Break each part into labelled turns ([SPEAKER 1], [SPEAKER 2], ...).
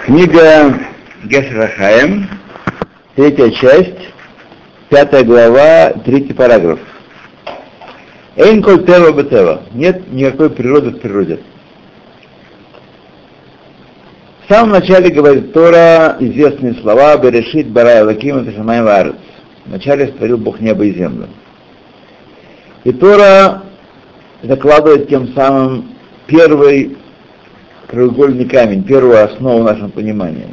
[SPEAKER 1] Книга Гешер-ха-Хаим, 3 часть, 5 глава, 3 параграф. Эйн коль тева бетева. Нет никакой природы в природе. В самом начале говорит Тора известные слова «Берешит бара элоким вешамаим ваарец». Вначале створил Бог небо и землю. И Тора закладывает тем самым первый краеугольный камень, первую основу в нашем понимании.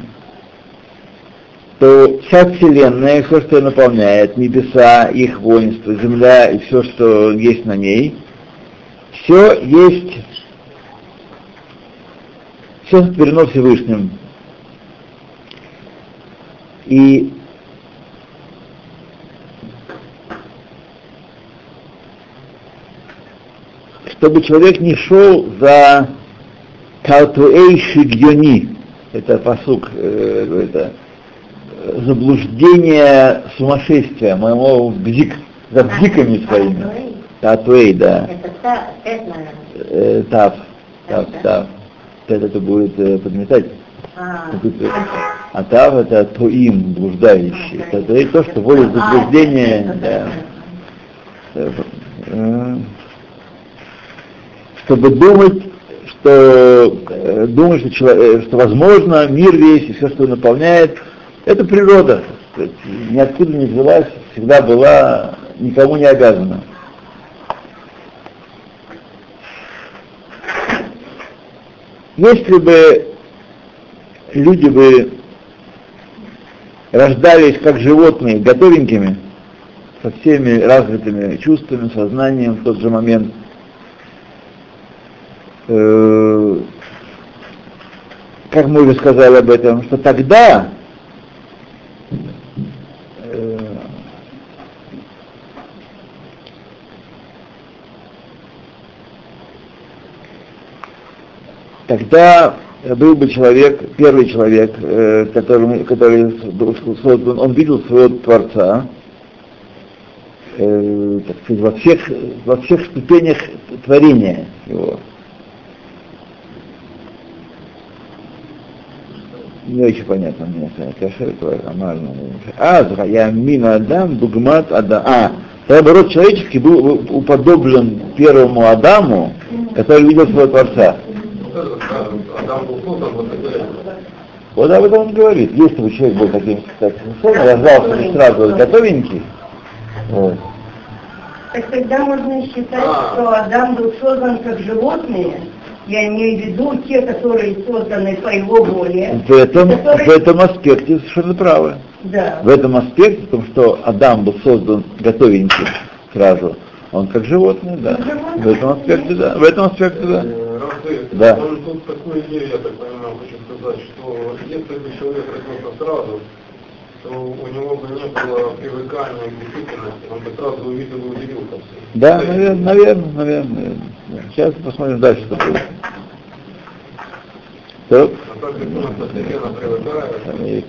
[SPEAKER 1] То вся Вселенная, все, что ее наполняет, небеса, их воинство, земля и все, что есть на ней, все сотворено Всевышним. И чтобы человек не шел за Калтуэй Шигьони, это пасук, это заблуждение сумасшествия, моего за бзиками своими. Татуэй, да. Это Тав. Это будет подметать. А Тав это Туим, блуждающий. Это то, что вводит в заблуждение. Да. Чтобы думать, что возможно, мир весь и все, что наполняет, это природа. Ниоткуда не взялась, всегда была, никому не обязана. Если бы люди рождались как животные, готовенькими, со всеми развитыми чувствами, сознанием в тот же момент, как мы уже сказали об этом, что тогда был бы человек, первый человек, который был создан, он видел своего Творца, так сказать, во всех ступенях творения его. Не очень понятно мне, кашер, нормально. Я мина Адам, дугмат Адам. Тогда род человеческий был уподоблен первому Адаму, который видел своего Творца. Адам был создан вот такой. Вот об этом он говорит. Если бы человек был таким, рождался не сразу готовенький. Вот.
[SPEAKER 2] Так тогда можно считать, что Адам был создан как животные. Я имею в виду те, которые созданы по его воле.
[SPEAKER 1] В этом аспекте совершенно правы.
[SPEAKER 2] Да.
[SPEAKER 1] В этом аспекте, в том, что Адам был создан готовеньким сразу, он как животное, да. В этом аспекте, да. В этом аспекте, да. Да.
[SPEAKER 3] Он тут такую идею, я так понимаю, хочу сказать, что если бы человек родился сразу, то у него бы не было привыкания к действительности, он бы сразу увидел и удивился.
[SPEAKER 1] Да, наверное. Сейчас посмотрим дальше, что будет. Так.
[SPEAKER 3] А так как он постепенно привыкает,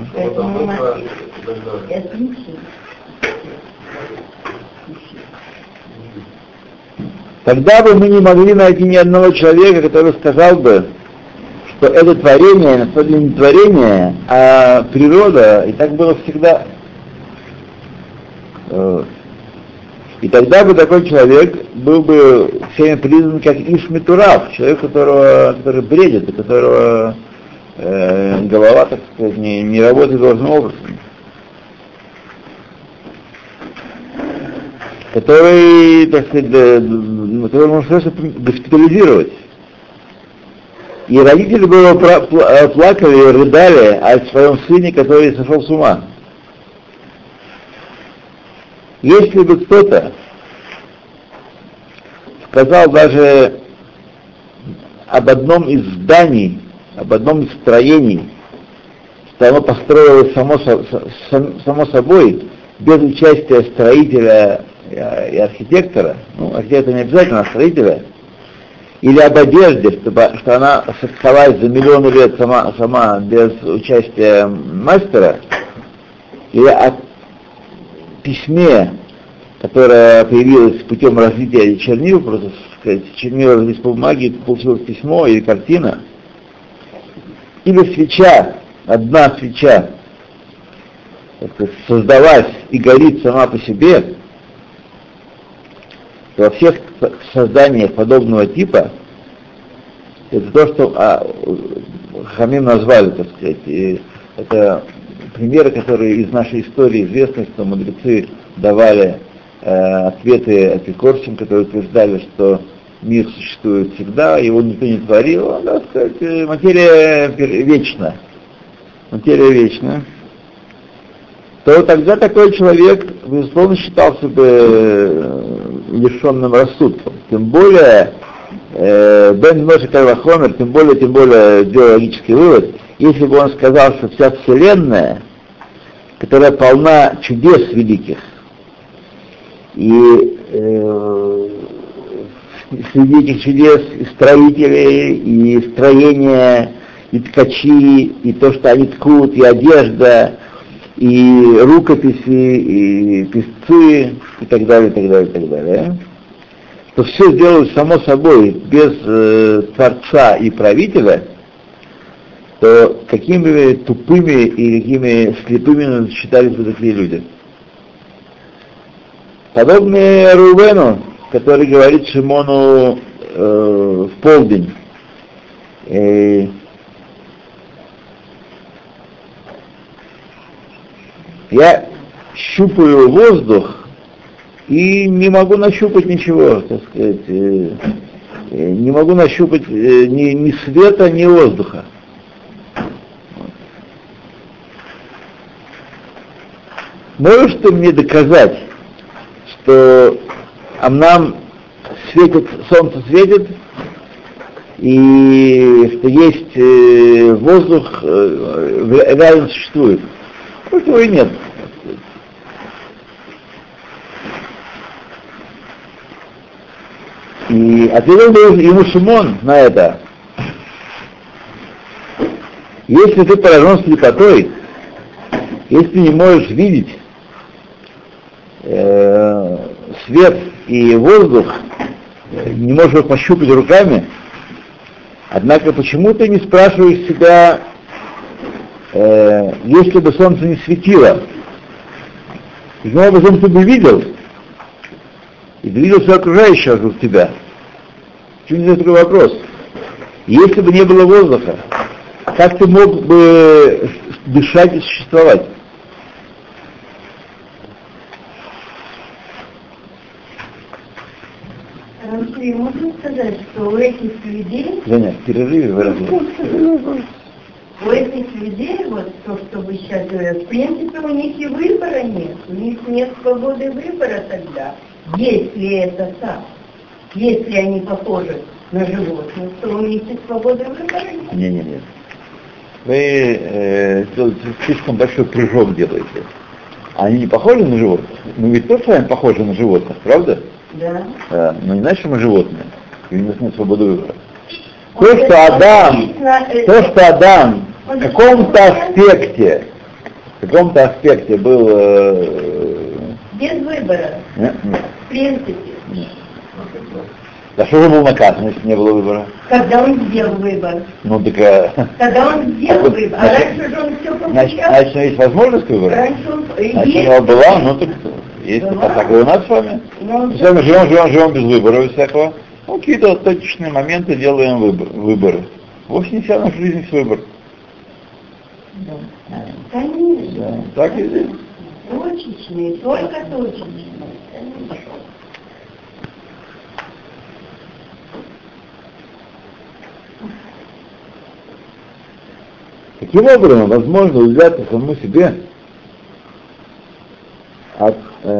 [SPEAKER 1] тогда бы мы не могли найти ни одного человека, который сказал бы, что это творение, на самом деле не творение, а природа, и так было всегда. И тогда бы такой человек был бы всеми признан как Ишмитурав, человек, который бредит, у которого голова, так сказать, не работает должным образом. Который, так сказать, который можно просто госпитализировать. И родители бы его плакали и рыдали о своем сыне, который сошел с ума. Если бы кто-то сказал даже об одном из зданий, об одном из строений, что оно построилось само собой, без участия строителя и архитектора, архитектора не обязательно, а строителя, или об одежде, что она создавалась за миллионы лет сама без участия мастера, или о письме, которое появилось путем развития чернил, чернила разлились по бумаге, получилось письмо или картина, или свеча, одна свеча, создалась и горит сама по себе, то во всех созданиях подобного типа, это то, что Хамим назвали, так сказать, и это примеры, которые из нашей истории известны, что мудрецы давали ответы апикорсим, которые утверждали, что мир существует всегда, его никто не творил, он, так сказать, материя вечна. Материя вечна. То тогда такой человек, безусловно, считался бы лишенным рассудком. Тем более, Бен Ноша Кальвахомер, тем более сделал логический вывод, если бы он сказал, что вся Вселенная, которая полна чудес великих, и среди этих чудес и строители, и строения, и ткачи, и то, что они ткут, и одежда, и рукописи, и писцы, и так далее, и так далее, и так далее, то все сделалось само собой, без Творца и правителя, то какими тупыми и какими слепыми считались бы такие люди. Подобные Рувену, который говорит Шимону в полдень, я щупаю воздух и не могу нащупать ничего, так сказать, не могу нащупать ни света, ни воздуха. Можешь ты мне доказать, что нам светит, солнце светит, и что есть воздух, реально существует? Просто его и нет. И ответил бы ему Шимон на это: если ты поражен слепотой, если ты не можешь видеть свет и воздух, не можешь его пощупать руками, однако почему ты не спрашиваешь себя, если бы солнце не светило, каким образом ты бы видел, и ты видел все окружающее вокруг тебя? Почему не такой вопрос? Если бы не было воздуха, как ты мог бы дышать и существовать?
[SPEAKER 2] Рамши, можно сказать, что у этих людей...
[SPEAKER 1] Женя, в перерыве выразил.
[SPEAKER 2] У этих людей, вот то, что вы сейчас говорите, в принципе, у них и выбора нет. У них нет свободы выбора тогда. Если это так, если они похожи на животных, то у них и свободы выбора нет.
[SPEAKER 1] Нет. Вы слишком большой прыжок делаете. Они не похожи на животных? Мы ведь тоже с вами похожи на животных, правда?
[SPEAKER 2] Да.
[SPEAKER 1] Но не значит, что мы животные. И у нас нет свободы выбора. То, что Адам в каком-то аспекте был...
[SPEAKER 2] без выбора.
[SPEAKER 1] Нет.
[SPEAKER 2] В принципе.
[SPEAKER 1] Нет. А что же был наказан, если не было выбора?
[SPEAKER 2] Когда он сделал выбор.
[SPEAKER 1] Ну так...
[SPEAKER 2] Когда он сделал выбор. А раньше же он все получал.
[SPEAKER 1] Значит, есть возможность выбора?
[SPEAKER 2] Раньше он...
[SPEAKER 1] Значит, у него была, ну так... Есть так и у нас с вами. Если мы живем без выбора без всякого. Ну, какие-то точечные моменты делаем выборы. Вовсе не вся наша жизнь есть выбор.
[SPEAKER 2] Конечно.
[SPEAKER 1] Да, так и здесь.
[SPEAKER 2] Точечные, только точечные.
[SPEAKER 1] Каким образом возможно взяться самому себе от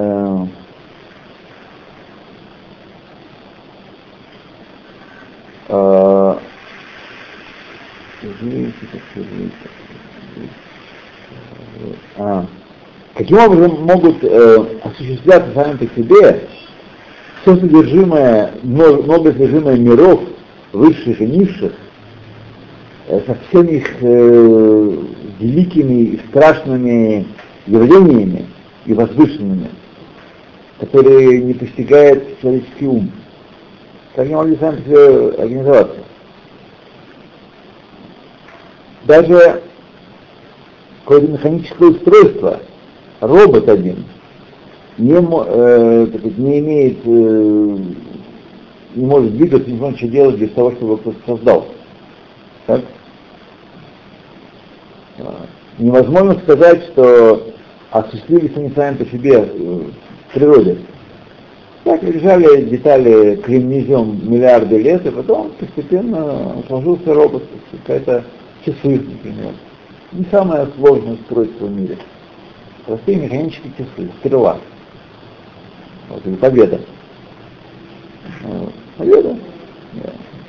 [SPEAKER 1] каким образом могут осуществляться сами по себе все содержимое, много содержимое миров, высших и низших, со всеми их великими и страшными явлениями и возвышенными, которые не постигает человеческий ум? Как они могли сами себе организоваться? даже какое-то механическое устройство, робот один, не имеет, не может двигаться, не может что делать без того, чтобы его кто-то создал. Так? Невозможно сказать, что осуществились они сами по себе в природе. Так лежали детали кремнезем миллиарды лет, и потом постепенно сложился робот, какая-то часы, например. Не самое сложное устройство в мире. Простые механические часы, стрела. Вот, или победа. Победа. Да.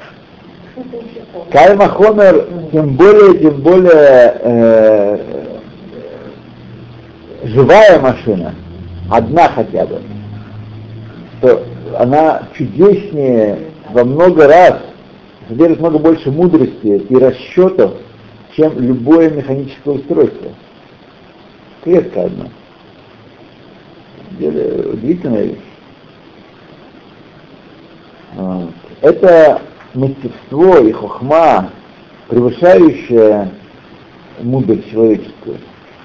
[SPEAKER 1] Кальма Хомер, тем более живая машина, одна хотя бы, что она чудеснее во много раз, содержит много больше мудрости и расчетов, чем любое механическое устройство. Клетка одна. Удивительная вещь. Это мастерство и хохма, превышающее мудрость человеческую.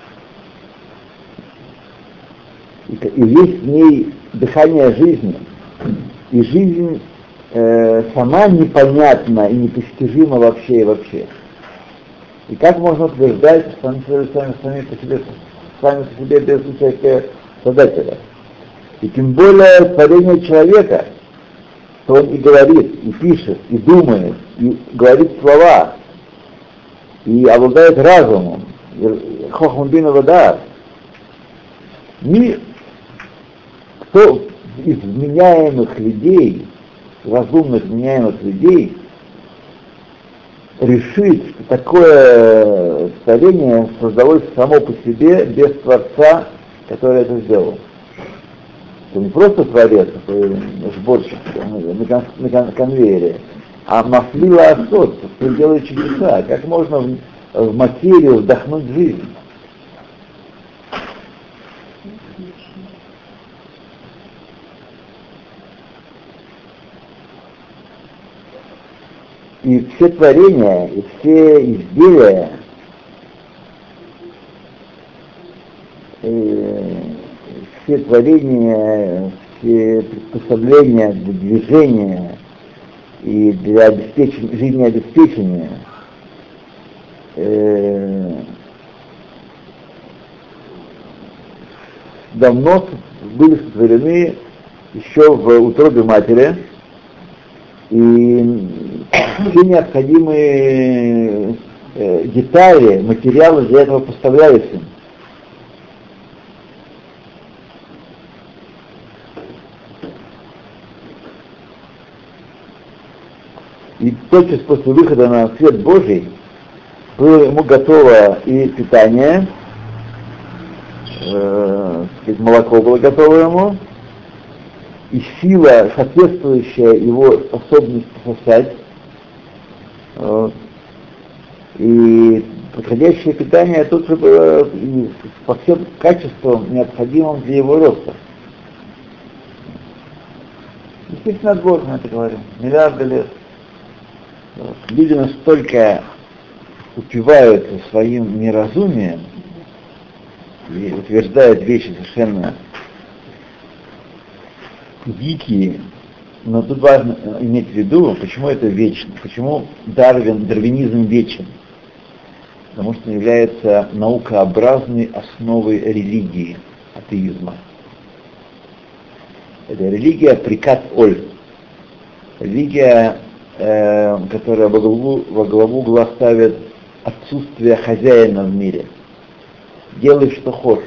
[SPEAKER 1] И есть в ней дыхание жизни. И жизнь сама непонятна и непостижима вообще и вообще. И как можно утверждать, что они сами по себе без участия Создателя? И тем более творение человека, что он и говорит, и пишет, и думает, и говорит слова, и обладает разумом, хохмун бина вадар. Кто из вменяемых людей, разумных вменяемых людей, решит, что такое творение создалось само по себе без Творца, который это сделал. Это не просто Творец, такой сборщик на конвейере, а мафлила асот, кто делает чудеса. Как можно в материю вдохнуть жизнь? И все творения, и все изделия, все творения, все приспособления для движения и для жизнеобеспечения давно были сотворены еще в утробе матери, и все необходимые детали, материалы для этого поставлялись им. И тотчас после выхода на свет Божий было ему готово и питание, молоко было готово ему, и сила, соответствующая его способности сосать, и подходящее питание тут же было по всем качествам, необходимым для его роста. Естественно, от Бога мы это говорим, миллиарды лет. Люди настолько упиваются своим неразумием и утверждают вещи совершенно дикие, но тут важно иметь в виду, почему это вечно, почему дарвинизм вечен. Потому что он является наукообразной основой религии, атеизма. Это религия прикат-оль. Религия, которая во главу угла ставит отсутствие хозяина в мире. Делай, что хочешь.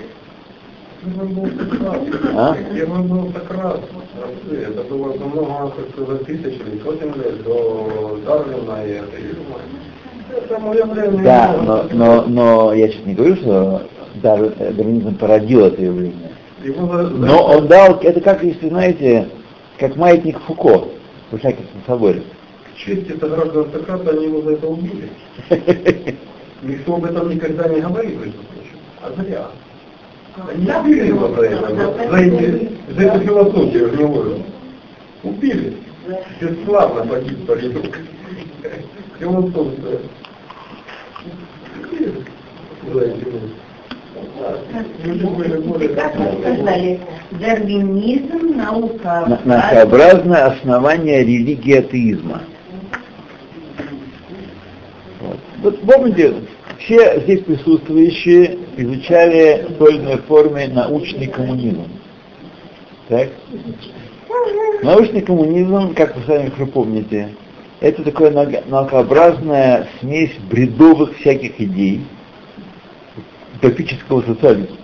[SPEAKER 3] Первый был Сократ. Это было много, как сказать, тысяч или сотен лет до Дарвина и атеизма. Это мое время.
[SPEAKER 1] Да, но я сейчас не говорю, что дарвинизм породил это явление. Но он дал, это как, если знаете, как маятник Фуко в Ишакиевском соборе.
[SPEAKER 3] К чести граждан Сократа, они его за это убили. Никто об этом никогда не говорил, а зря. Они убили его за это, за эту философию гнилую. Убили. Бесславно погиб паренек. Философия.
[SPEAKER 2] Как вы сказали, дарвинизм, наука.
[SPEAKER 1] Наукообразное основание религии атеизма. Вот помните, все здесь присутствующие изучали в той или иной форме научный коммунизм. Так? Научный коммунизм, как вы сами уже помните, это такая наукообразная смесь бредовых всяких идей утопического социализма.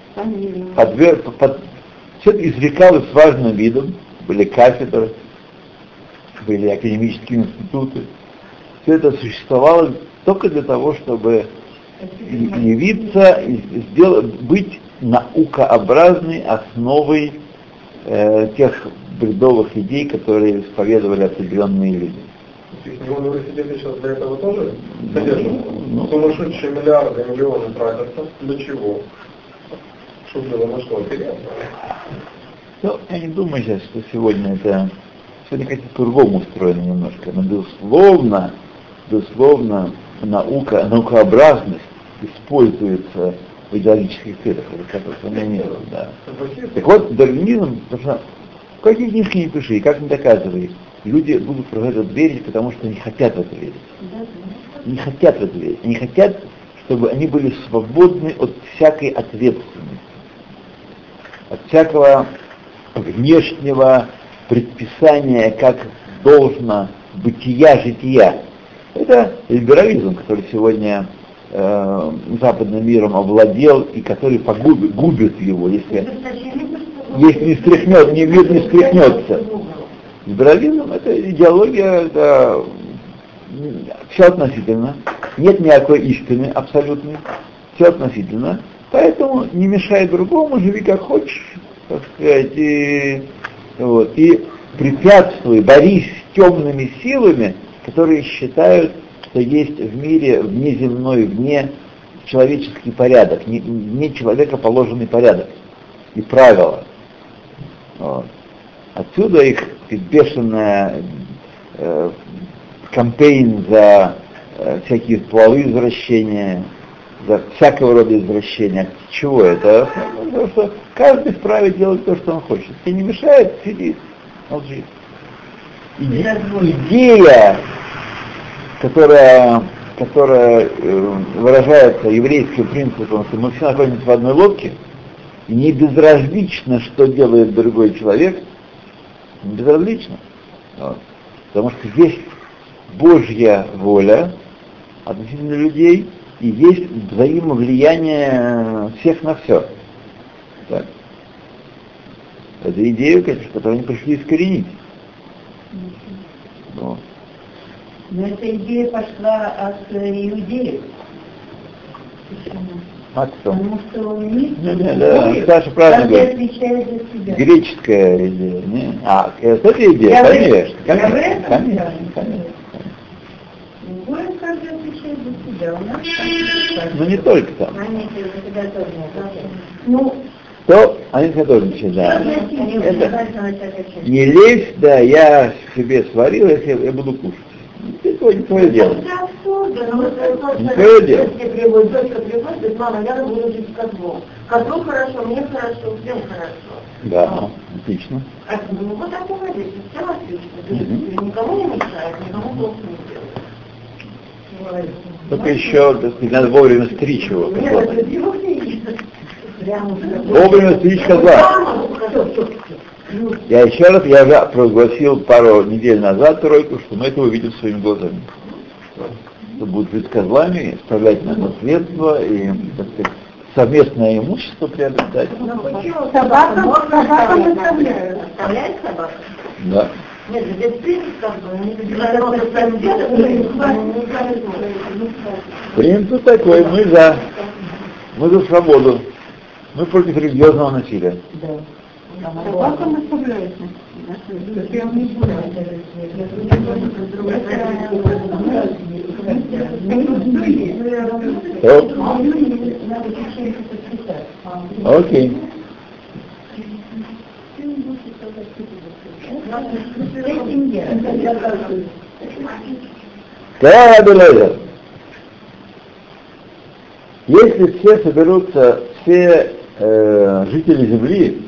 [SPEAKER 1] Все это извлекалось с важным видом, были кафедры, были академические институты. Все это существовало только для того, чтобы явиться и быть наукообразной основой тех бредовых идей, которые исповедовали определенные люди.
[SPEAKER 3] В университете сейчас для этого тоже содержат? Сумасшедшие миллиарды, миллионы тратятся. Для чего? Что было на что?
[SPEAKER 1] Ну, я не думаю сейчас, что сегодня это... Сегодня как-то по-другому устроено немножко. Но безусловно, наукообразность используется в идеологических целях, которых у меня нет. Да. Так вот, дарвинизм, потому что в какие книжки не пиши, и как не доказывай, люди будут в это верить, потому что они хотят в это верить. Не хотят в это верить. Они хотят, чтобы они были свободны от всякой ответственности, от всякого внешнего предписания, как должно бытия-жития. Это либерализм, который сегодня западным миром овладел и который губит его, если не стряхнет, мир не стряхнется. Либерализм — это идеология, это все относительно, нет никакой истины абсолютной, все относительно, поэтому не мешай другому, живи как хочешь, так сказать, и препятствуй, борись с темными силами, которые считают, что есть в мире внеземной, вне человеческий порядок, вне человека положенный порядок и правила. Вот. Отсюда их бешеная кампейн за всякие половые извращения, за всякого рода извращения. Чего это? Потому что каждый вправе делать то, что он хочет. Если не мешает, сидит, молчит. Идея, которая выражается еврейским принципом, что мы все находимся в одной лодке, и не безразлично, что делает другой человек, не безразлично. Вот. Потому что есть Божья воля относительно людей, и есть взаимовлияние всех на все. Так. Это идея, конечно, которую они пришли искоренить. Вот.
[SPEAKER 2] Но эта идея пошла от иудеев.
[SPEAKER 1] А кто?
[SPEAKER 2] Потому что у них
[SPEAKER 1] Саша правильно говорит.
[SPEAKER 2] отвечает за себя.
[SPEAKER 1] Греческая идея. Не? Это идея, конечно.
[SPEAKER 2] Каждый отвечает за себя. У нас
[SPEAKER 1] но не только там.
[SPEAKER 2] они за себя тоже
[SPEAKER 1] Они за тоже отвечают, да. Не лезь, да, я себе сварил, я буду кушать. Это не твое дело. Не твое дело.
[SPEAKER 4] Дочка приводит, говорит, мама, я буду жить с козлом. Козлу хорошо, мне хорошо, всем хорошо.
[SPEAKER 1] Да, отлично.
[SPEAKER 4] Ну вот так и говорит, все отлично. Никому не мешает, никому плохо не делает.
[SPEAKER 1] Только еще надо вовремя стричь его. Вовремя стричь козла. Я уже прогласил пару недель назад тройку, что мы это увидим своими глазами. Что будут жить с козлами, справлять наследство и, так сказать, совместное имущество приобретать.
[SPEAKER 2] Собака выставляет. Выставляет собака?
[SPEAKER 1] Да.
[SPEAKER 4] Нет, здесь принцип как бы,
[SPEAKER 1] Принцип такой, мы за свободу. Мы против религиозного насилия.
[SPEAKER 2] Да. Собака выставляет.
[SPEAKER 1] Окей. Да, Если все соберутся, все жители Земли,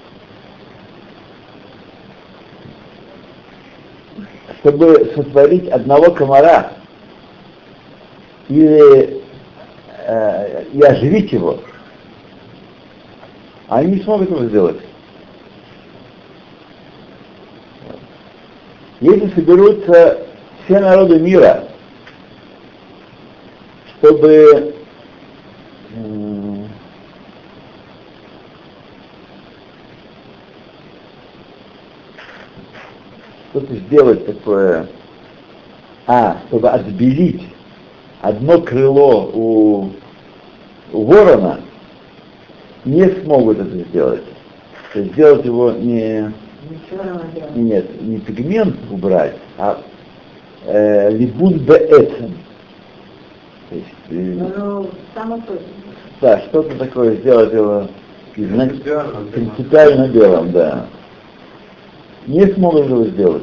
[SPEAKER 1] чтобы сотворить одного комара или и оживить его, они не смогут этого сделать. Если соберутся все народы мира, чтобы что-то сделать такое, чтобы отбелить одно крыло у ворона, не смогут это сделать. То есть сделать его не пигмент убрать, а либун беэцем. То есть, да, что-то такое сделать его принципиально белым, да. Не смогут этого сделать.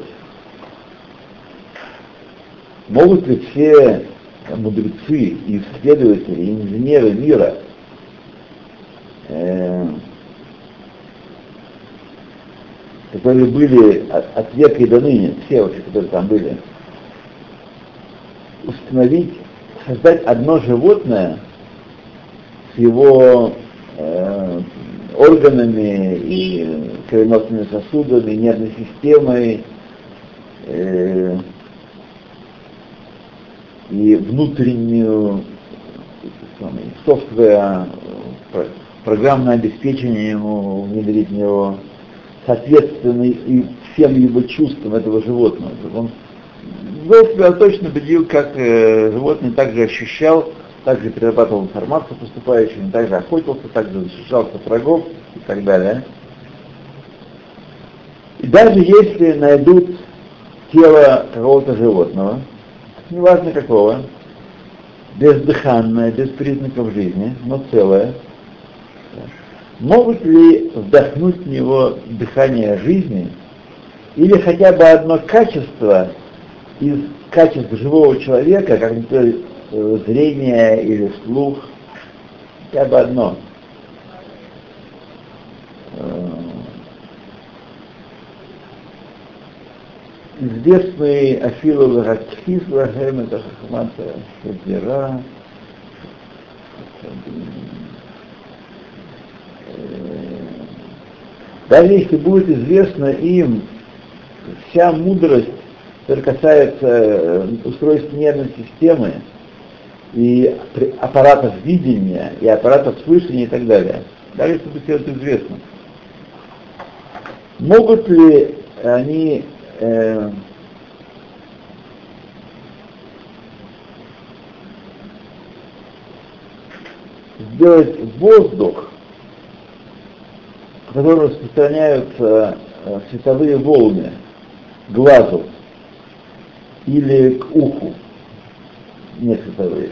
[SPEAKER 1] Могут ли все мудрецы, исследователи, инженеры мира которые были от века и до ныне, все вообще, которые там были, установить, создать одно животное с его органами и кровеносными сосудами, нервной системой и внутреннюю софтвер, программное обеспечение ему внедрить в него, соответственный и всем его чувствам этого животного. Он вел себя точно бедил, как животное, также ощущал, также перерабатывал информацию поступающую, также охотился, также защищался от врагов и так далее. И даже если найдут тело какого-то животного, неважно какого, бездыханное, без признаков жизни, но целое, могут ли вдохнуть в него дыхание жизни или хотя бы одно качество из качеств живого человека, как, например, зрение или слух, хотя бы одно. Известный Афилу Ракхис Лахем, это Хахмата Шадира, даже если будет известна им вся мудрость, которая касается устройства нервной системы и аппаратов видения, и аппаратов слышания и так далее, даже если будет все это известно, могут ли они сделать воздух, в котором распространяются световые волны к глазу или к уху, не световые.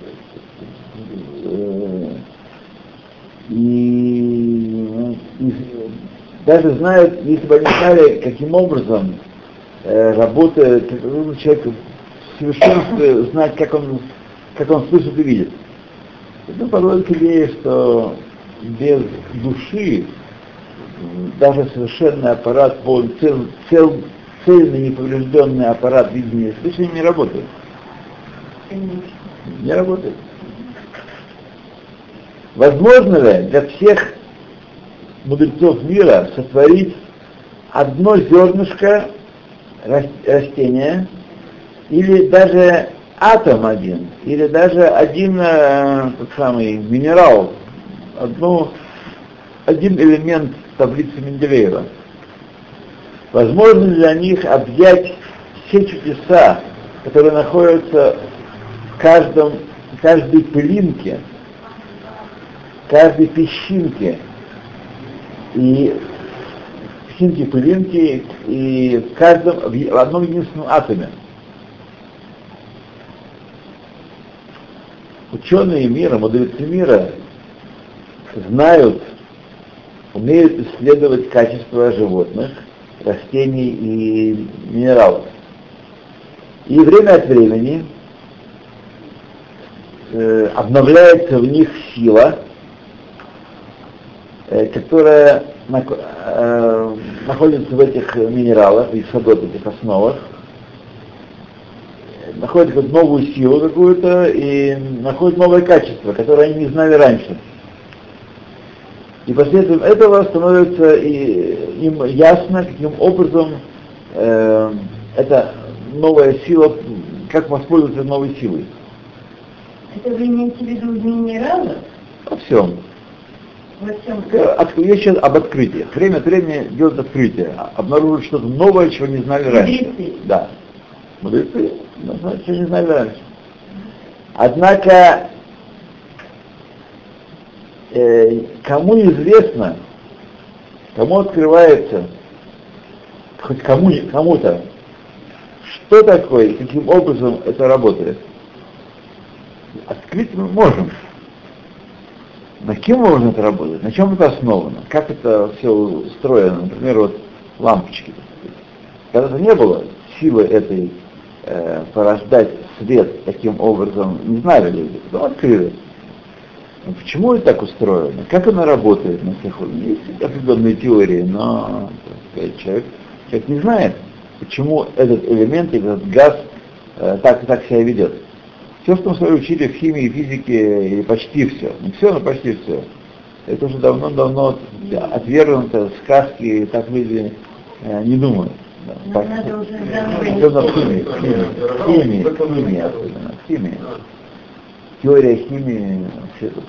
[SPEAKER 1] И даже знают, если бы они знали, каким образом работает человек в совершенстве, знать, как он слышит и видит. Это позволит идее, что без души даже совершенный аппарат, цельный неповрежденный аппарат видения и слышания не работает. Не работает. Возможно ли для всех мудрецов мира сотворить одно зернышко растения, или даже атом один, или даже один тот самый минерал, один элемент таблицы Менделеева? Возможно ли для них объять все чудеса, которые находятся в каждой пылинке, каждой песчинке, и пылинки, и в одном единственном атоме? Ученые мира, мудрецы мира знают, умеют исследовать качества животных, растений и минералов. И время от времени обновляется в них сила, которая находится в этих минералах, в исходот, этих основах, находит как новую силу какую-то и находит новое качество, которое они не знали раньше. И последствием этого становится им ясно, каким образом эта новая сила, как воспользоваться новой силой.
[SPEAKER 2] Это вы имеете в виду минералы?
[SPEAKER 1] Во всем.
[SPEAKER 2] Во всем.
[SPEAKER 1] Я сейчас об открытиях. Время от времени делают открытие, обнаруживают что-то новое, чего не знали раньше.
[SPEAKER 2] Мудрецы.
[SPEAKER 1] Да. Мудрецы, чего не знали раньше. Однако, кому известно, кому открывается, хоть кому-то, что такое, каким образом это работает. Открыть мы можем. На кем можно это работать? На чем это основано? Как это все устроено? Например, вот лампочки. Когда-то не было силы этой порождать свет таким образом, не знали люди, потом открыли. Но почему это так устроено? Как оно работает на всех уровнях? Есть определенные теории, но человек не знает, почему этот элемент, этот газ так себя ведет. Все, что мы с вами учили в химии, физике, и почти все, не все, но почти все, это уже давно-давно отвергнуто, сказки, так люди не думают. Да, особенно в химии. Теория химии, все это.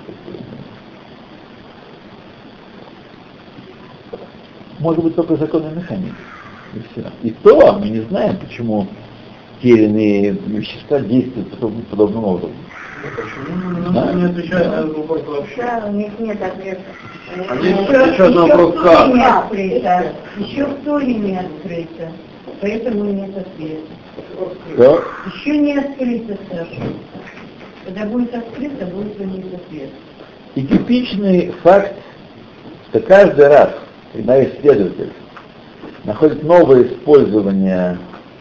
[SPEAKER 1] Может быть только законы механики. И все. И то мы не знаем, почему те или иные вещества действуют подобным образом.
[SPEAKER 3] Почему не отвечают на этот вопрос вообще?
[SPEAKER 2] Да, у них нет ответа.
[SPEAKER 3] Еще один вопрос, как?
[SPEAKER 2] Еще в Торе не открыто, поэтому нет ответа.
[SPEAKER 1] Да?
[SPEAKER 2] Еще не открыто, Саша. Когда будет открыто, будет у них ответ.
[SPEAKER 1] И типичный факт, что каждый раз, когда исследователь находит новое использование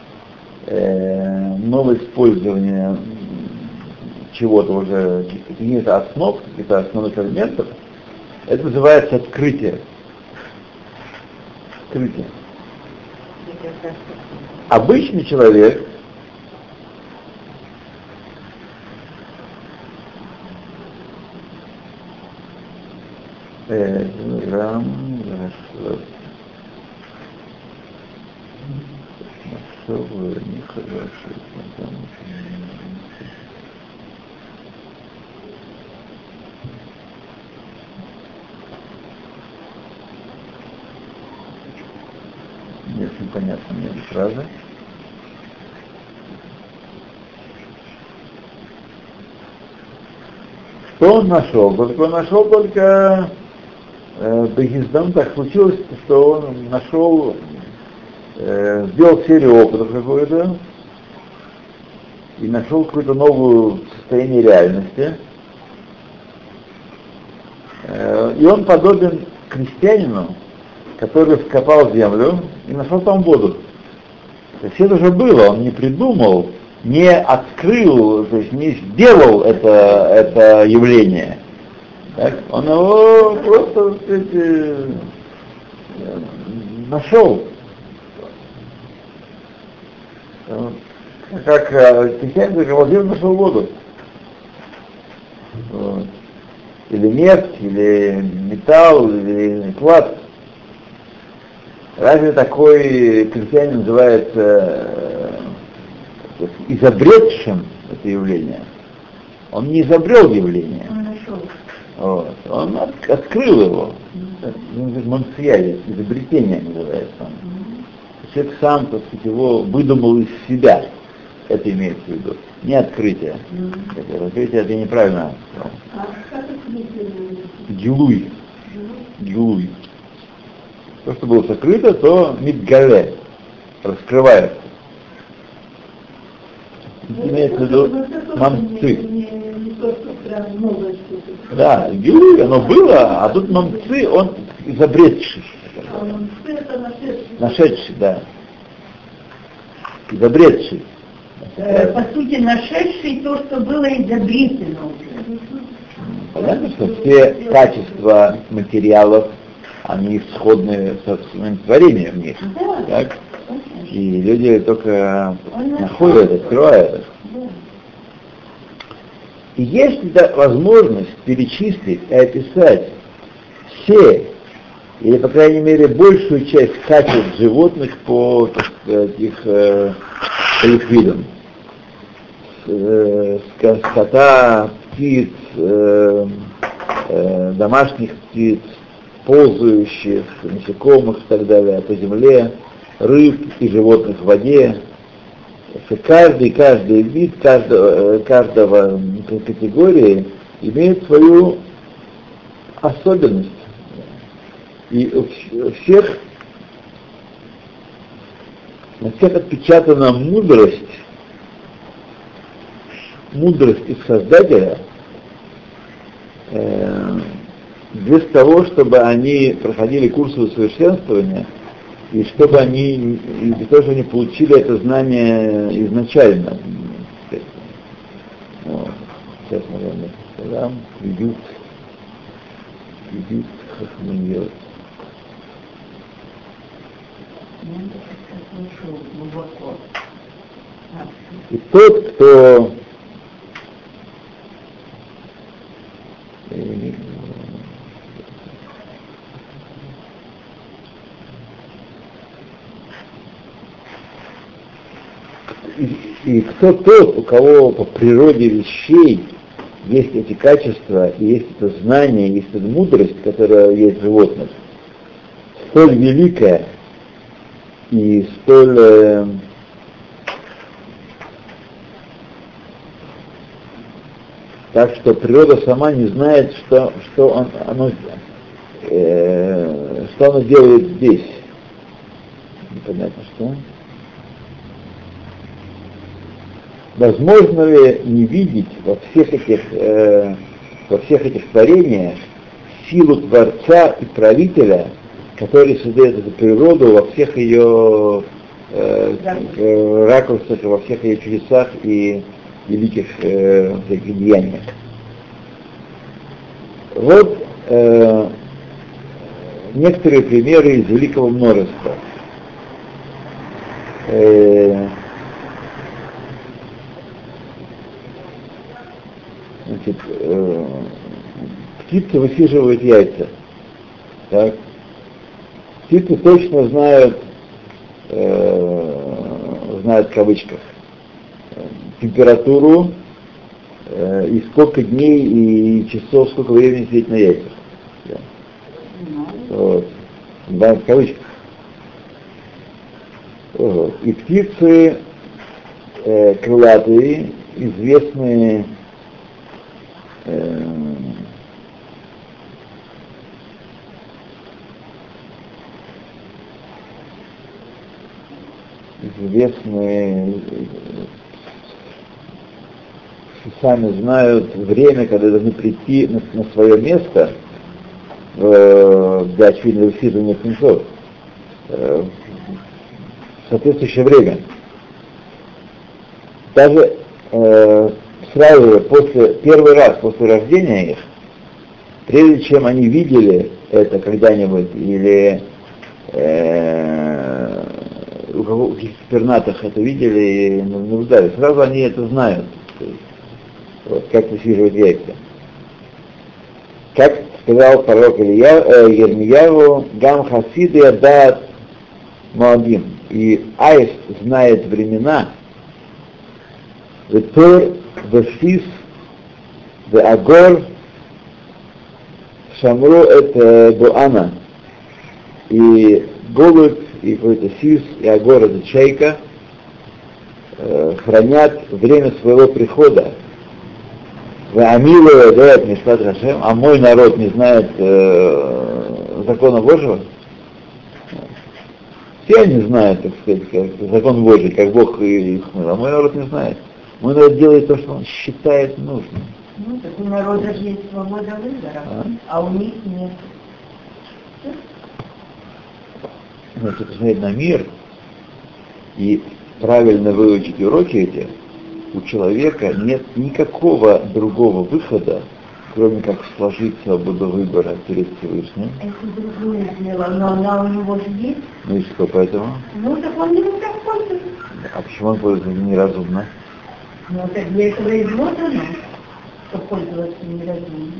[SPEAKER 1] чего-то уже, каких-то основ, каких-то основных элементов, это называется открытие. Открытие. Обычный человек Если понятно мне фразы. Что он нашел? Только он нашел только Бехиздам, так случилось, что он нашел, сделал серию опытов какой-то и нашел какое-то новое состояние реальности. И он подобен крестьянину, который вкопал землю и нашел там воду. То есть это уже было, он не придумал, не открыл, то есть не сделал это явление. Так? Он его просто, сказать, нашел. Как крестьянин вкопал землю, нашел воду. Вот. Или нефть, или металл, или клад. Разве такой крестьянин называется изобретшим это явление? Он не изобрел явление.
[SPEAKER 2] Он нашел.
[SPEAKER 1] Вот. Он открыл его. Монсия, изобретение называется он. Человек сам, так сказать, его выдумал из себя. Это имеется в виду. Не открытие. Открытие это неправильно. Гилуй. Гилуй. То, что было сокрыто, то мидгале, раскрывается. Имеется в виду мамцы. Да, гилуй, оно было, а тут мамцы, он изобретший. Нашедший, да. Изобретший.
[SPEAKER 2] По сути, нашедший то, что было изобретено уже.
[SPEAKER 1] Понятно, что все качества материалов, они сходны со своим творением в них.
[SPEAKER 2] Да.
[SPEAKER 1] Так? И люди только находят, открывают. И есть возможность перечислить и описать все, или, по крайней мере, большую часть качеств животных по, так сказать, их видам. Скота, птиц, домашних птиц, ползающих, насекомых и так далее, по земле, рыб и животных в воде. Каждый вид, каждого категории имеет свою особенность. И у всех, на всех отпечатана мудрость их Создателя, без того, чтобы они проходили курсы усовершенствования, и чтобы они, и для того, чтобы они получили это знание изначально. Вот. Сейчас, наверное, сказам, идут хахманьот. И тот, кто и кто тот, у кого по природе вещей есть эти качества, и есть это знание, есть эта мудрость, которая есть в животных, столь великая и столь так что природа сама не знает, что оно делает здесь. Непонятно что. Возможно ли не видеть во всех этих творениях силу Творца и Правителя, который создает эту природу во всех ее ракурсах, во всех ее чудесах и великих всяких деяниях. Вот некоторые примеры из великого множества. Значит, птицы высиживают яйца. Так? Птицы точно знают в кавычках, температуру и сколько дней и часов, сколько времени сидеть на яйцах. Да. Вот. Да, в кавычках. Вот. И птицы крылатые, известные сами знают время, когда должны прийти на свое место для очевидного высиживания птенцов в соответствующее время. Даже сразу первый раз после рождения их, прежде чем они видели это когда-нибудь, или у каких-то пернатых это видели и наблюдали, сразу они это знают, вот, как высиживать яйца. Как сказал пророк Ермияву, гам хасиды адат моадим, и аист знает времена, ветор вешис веагор шамру это буана, и голубь, и какой-то сис, и агор это чайка хранят время своего прихода. А мой народ не знает закона Божьего. Все они знают, так сказать, закон Божий, как Бог их, а мой народ не знает. Мой народ делает то, что он считает нужным.
[SPEAKER 2] Ну, так у народа же есть свобода выбора, а у них нет.
[SPEAKER 1] Нужно посмотреть на мир, и правильно выучить уроки эти, у человека нет никакого другого выхода, кроме как сложить свободу выбора перед Всевышним.
[SPEAKER 2] Это другое дело, но она у него же есть.
[SPEAKER 1] Ну и что поэтому?
[SPEAKER 2] Ну так он не так пользуется.
[SPEAKER 1] А почему он пользуется неразумно?
[SPEAKER 2] Ну так для этого и вложено, чтобы пользоваться неразумно.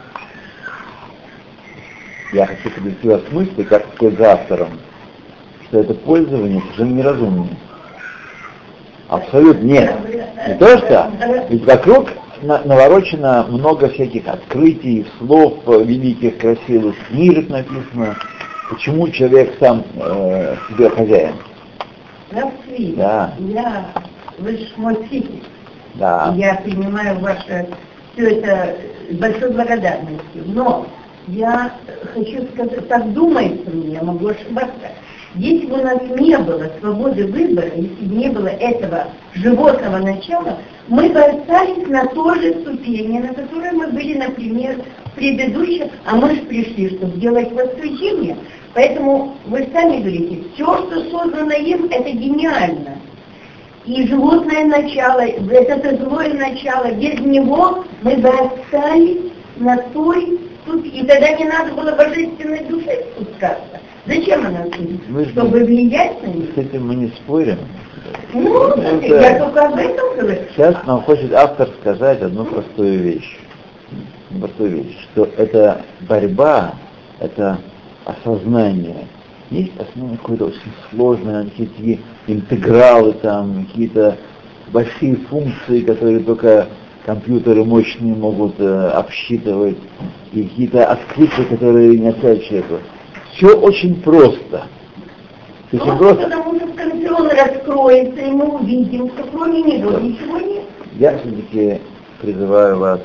[SPEAKER 1] Я хочу подвести вас к мысли, как за автором, что это пользование совершенно неразумное. Абсолютно нет. Не то что, ведь вокруг наворочено много всяких открытий, слов великих, красивых, книжек написано. Почему человек сам себе хозяин?
[SPEAKER 2] Равцви,
[SPEAKER 1] Да.
[SPEAKER 2] вы же мой психик.
[SPEAKER 1] Да.
[SPEAKER 2] Я принимаю ваше все это с большой благодарностью. Но я хочу сказать, так думается мне, я могу ошибаться. Если бы у нас не было свободы выбора, если бы не было этого животного начала, мы бы остались на той же ступени, на которой мы были, например, в предыдущем, а мы же пришли, чтобы делать воскресенье. Поэтому вы сами говорите, все, что создано им, это гениально. И животное начало, это злое начало, без него мы бы остались на той ступени. И тогда не надо было божественной душе спускаться. Зачем она тут? Чтобы влиять на них?
[SPEAKER 1] С этим мы не спорим.
[SPEAKER 2] Ну, я только об этом говорю.
[SPEAKER 1] Сейчас нам хочет автор сказать одну простую вещь, что это борьба, это осознание. Есть осознание какое-то очень сложное, какие-то интегралы, там, какие-то большие функции, которые только компьютеры мощные могут обсчитывать, и какие-то открытия, которые не отвечают человеку. Все очень просто.
[SPEAKER 2] Очень просто. Потому что в конце он раскроется, и мы увидим, что кроме него ничего нет.
[SPEAKER 1] Я все-таки призываю вас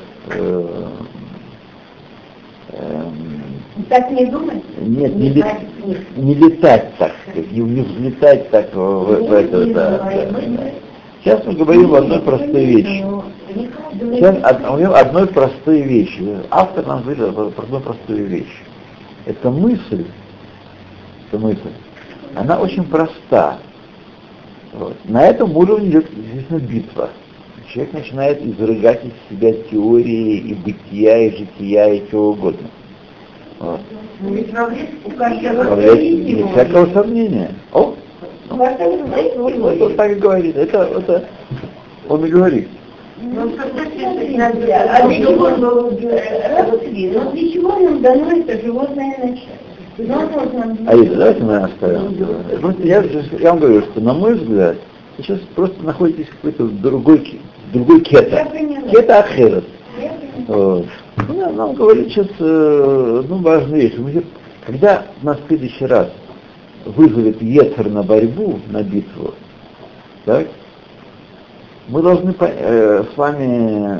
[SPEAKER 2] так не думать?
[SPEAKER 1] Нет, не летать, так сказать, не взлетать так в это. Да. Сейчас мы говорим об одной простой вещи. Сейчас у него одной простой вещи. Автор нам говорит про одну простую вещь. Эта мысль, она очень проста. Вот. На этом уровне идет, естественно, битва. Человек начинает изрыгать из себя теории и бытия, и жития, и чего угодно. Вот. Без всякого сомнения. Он так и говорит. Это он и говорит.
[SPEAKER 2] А для чего нам дано это животное начало?
[SPEAKER 1] Давайте мы оставим. Просто я вам говорю, что на мой взгляд, вы сейчас просто находитесь в какой-то другой кета. Кета ахерет. Нам говорит сейчас важную вещь. Когда нас в следующий раз вызовет Ецер на борьбу, на битву, так, мы должны с вами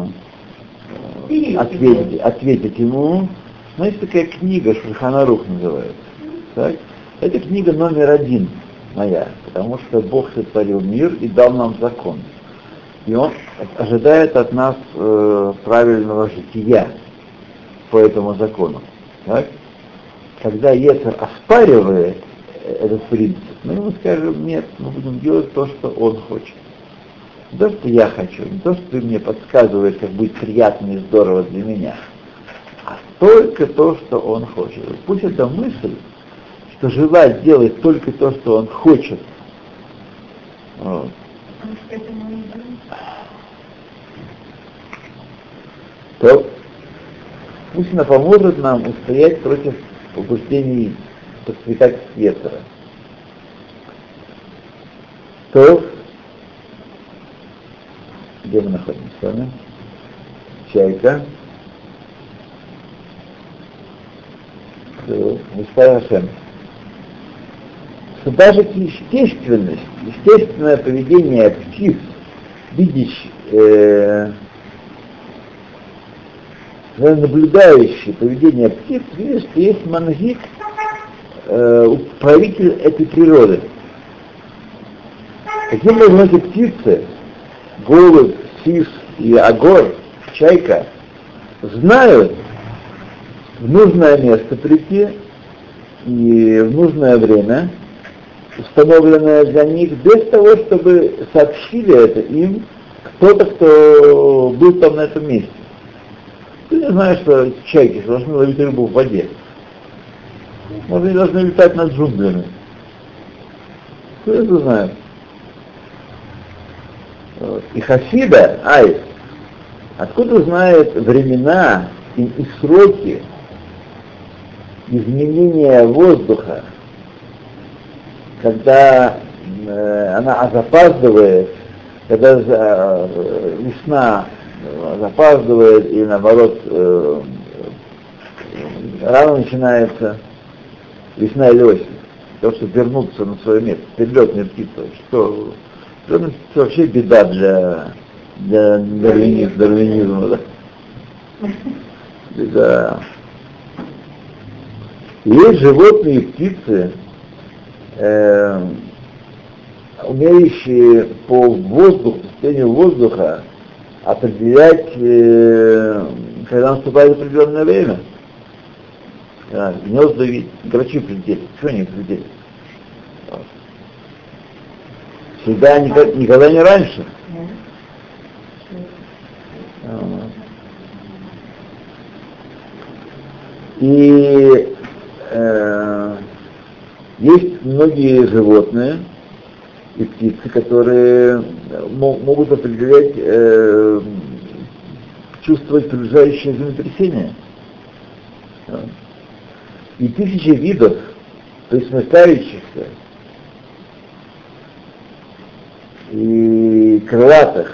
[SPEAKER 1] ответить ему. Знаете, такая книга, Шульхан Арух называется. Так? Это книга номер 1 моя, потому что Бог сотворил мир и дал нам закон. И Он ожидает от нас правильного жития по этому закону. Так? Когда Ецер оспаривает этот принцип, мы ему скажем, нет, мы будем делать то, что он хочет. Не то, что я хочу, не то, что ты мне подсказываешь, как будет приятно и здорово для меня, а только то, что он хочет. Пусть эта мысль, что желать делать только то, что он хочет, вот. То пусть она поможет нам устоять против побуждений подсветать Ецера. То где мы находимся с вами? Чайка. Мустафа Хашем. Что даже естественное поведение птиц, видящих, наблюдающий поведение птиц, видишь, что есть мангик, правитель этой природы. Каким образом эти птицы, голубь, сис и агор, чайка, знают в нужное место прийти и в нужное время, установленное для них, без того, чтобы сообщили это им кто-то, кто был там на этом месте. Ты не знаешь, что чайки должны ловить рыбу в воде. Может, они должны летать над джунглями. Кто это знает? И Хасида, откуда знает времена и сроки изменения воздуха, когда она запаздывает, когда весна запаздывает и наоборот рано начинается весна или осень, то, чтобы вернуться на свое место, перелетная птица, что это вообще беда для дарвинизма, да? Беда. Есть животные и птицы, умеющие по воздуху, состоянию воздуха определять, когда наступает определенное время. Гнезда ведь, грачи прилетели, что они прилетели? Всегда, никогда не раньше. И есть многие животные и птицы, которые могут определять, чувствовать приближающее землетрясение. И тысячи видов присмыкающихся и крылатых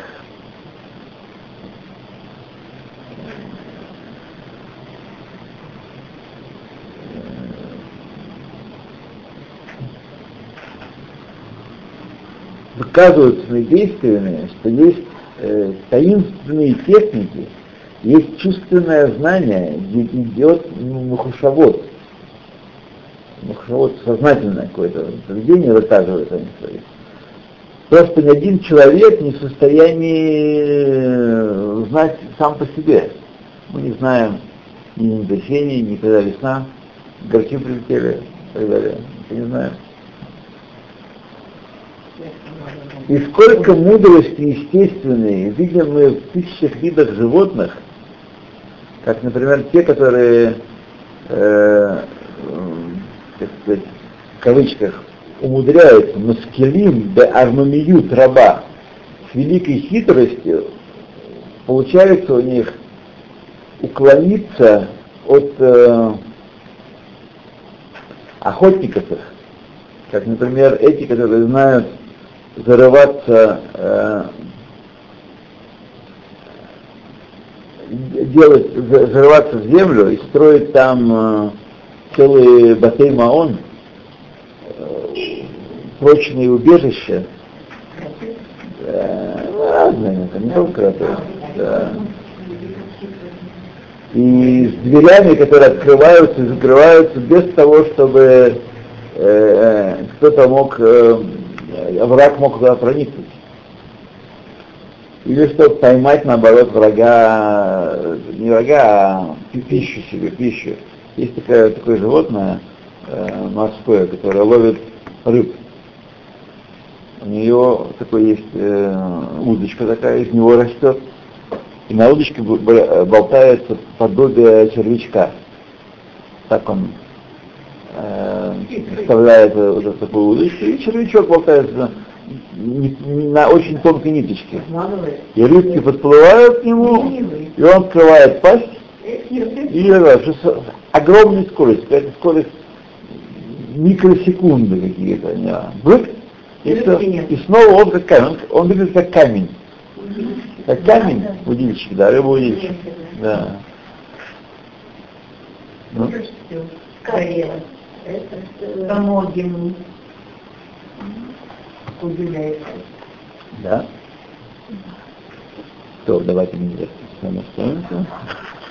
[SPEAKER 1] выказывают своими действиями, что есть таинственные техники, есть чувственное знание, где идет махушавод. Махушавод сознательное какое-то поведение выказывают они свои. Просто ни один человек не в состоянии знать сам по себе. Мы не знаем ни землетрясений, ни когда весна, грачи прилетели и так далее. Мы не знаем. И сколько мудрости естественной видим мы в тысячах видах животных, как, например, те, которые, так сказать, в кавычках, умудряются маскелим бе армамиют раба, с великой хитростью получается у них уклониться от охотников их, как, например, эти, которые знают зарываться, зарываться в землю и строить там целые батей-маон, прочные убежища, разные, это не только это, да. И с дверями, которые открываются и закрываются без того, чтобы кто-то мог, враг мог туда проникнуть. Или чтобы поймать, наоборот, врага, не врага, а пищу себе, пищу. Есть такое животное морское, которое ловит рыб. У нее такой есть удочка такая, из него растет. И на удочке болтается подобие червячка. Так он вставляет вот такую удочку, и червячок болтается на очень тонкой ниточке. И рыбки подплывают к нему, и он открывает пасть, и огромная скорость, какая-то скорость микросекунды какие-то, и снова он как камень, он выглядит как камень. Как камень, удильщик, да, рыба-удильщик. Да. Ну.
[SPEAKER 2] Ко многим удивляется.
[SPEAKER 1] Да. То, давайте мы остановимся.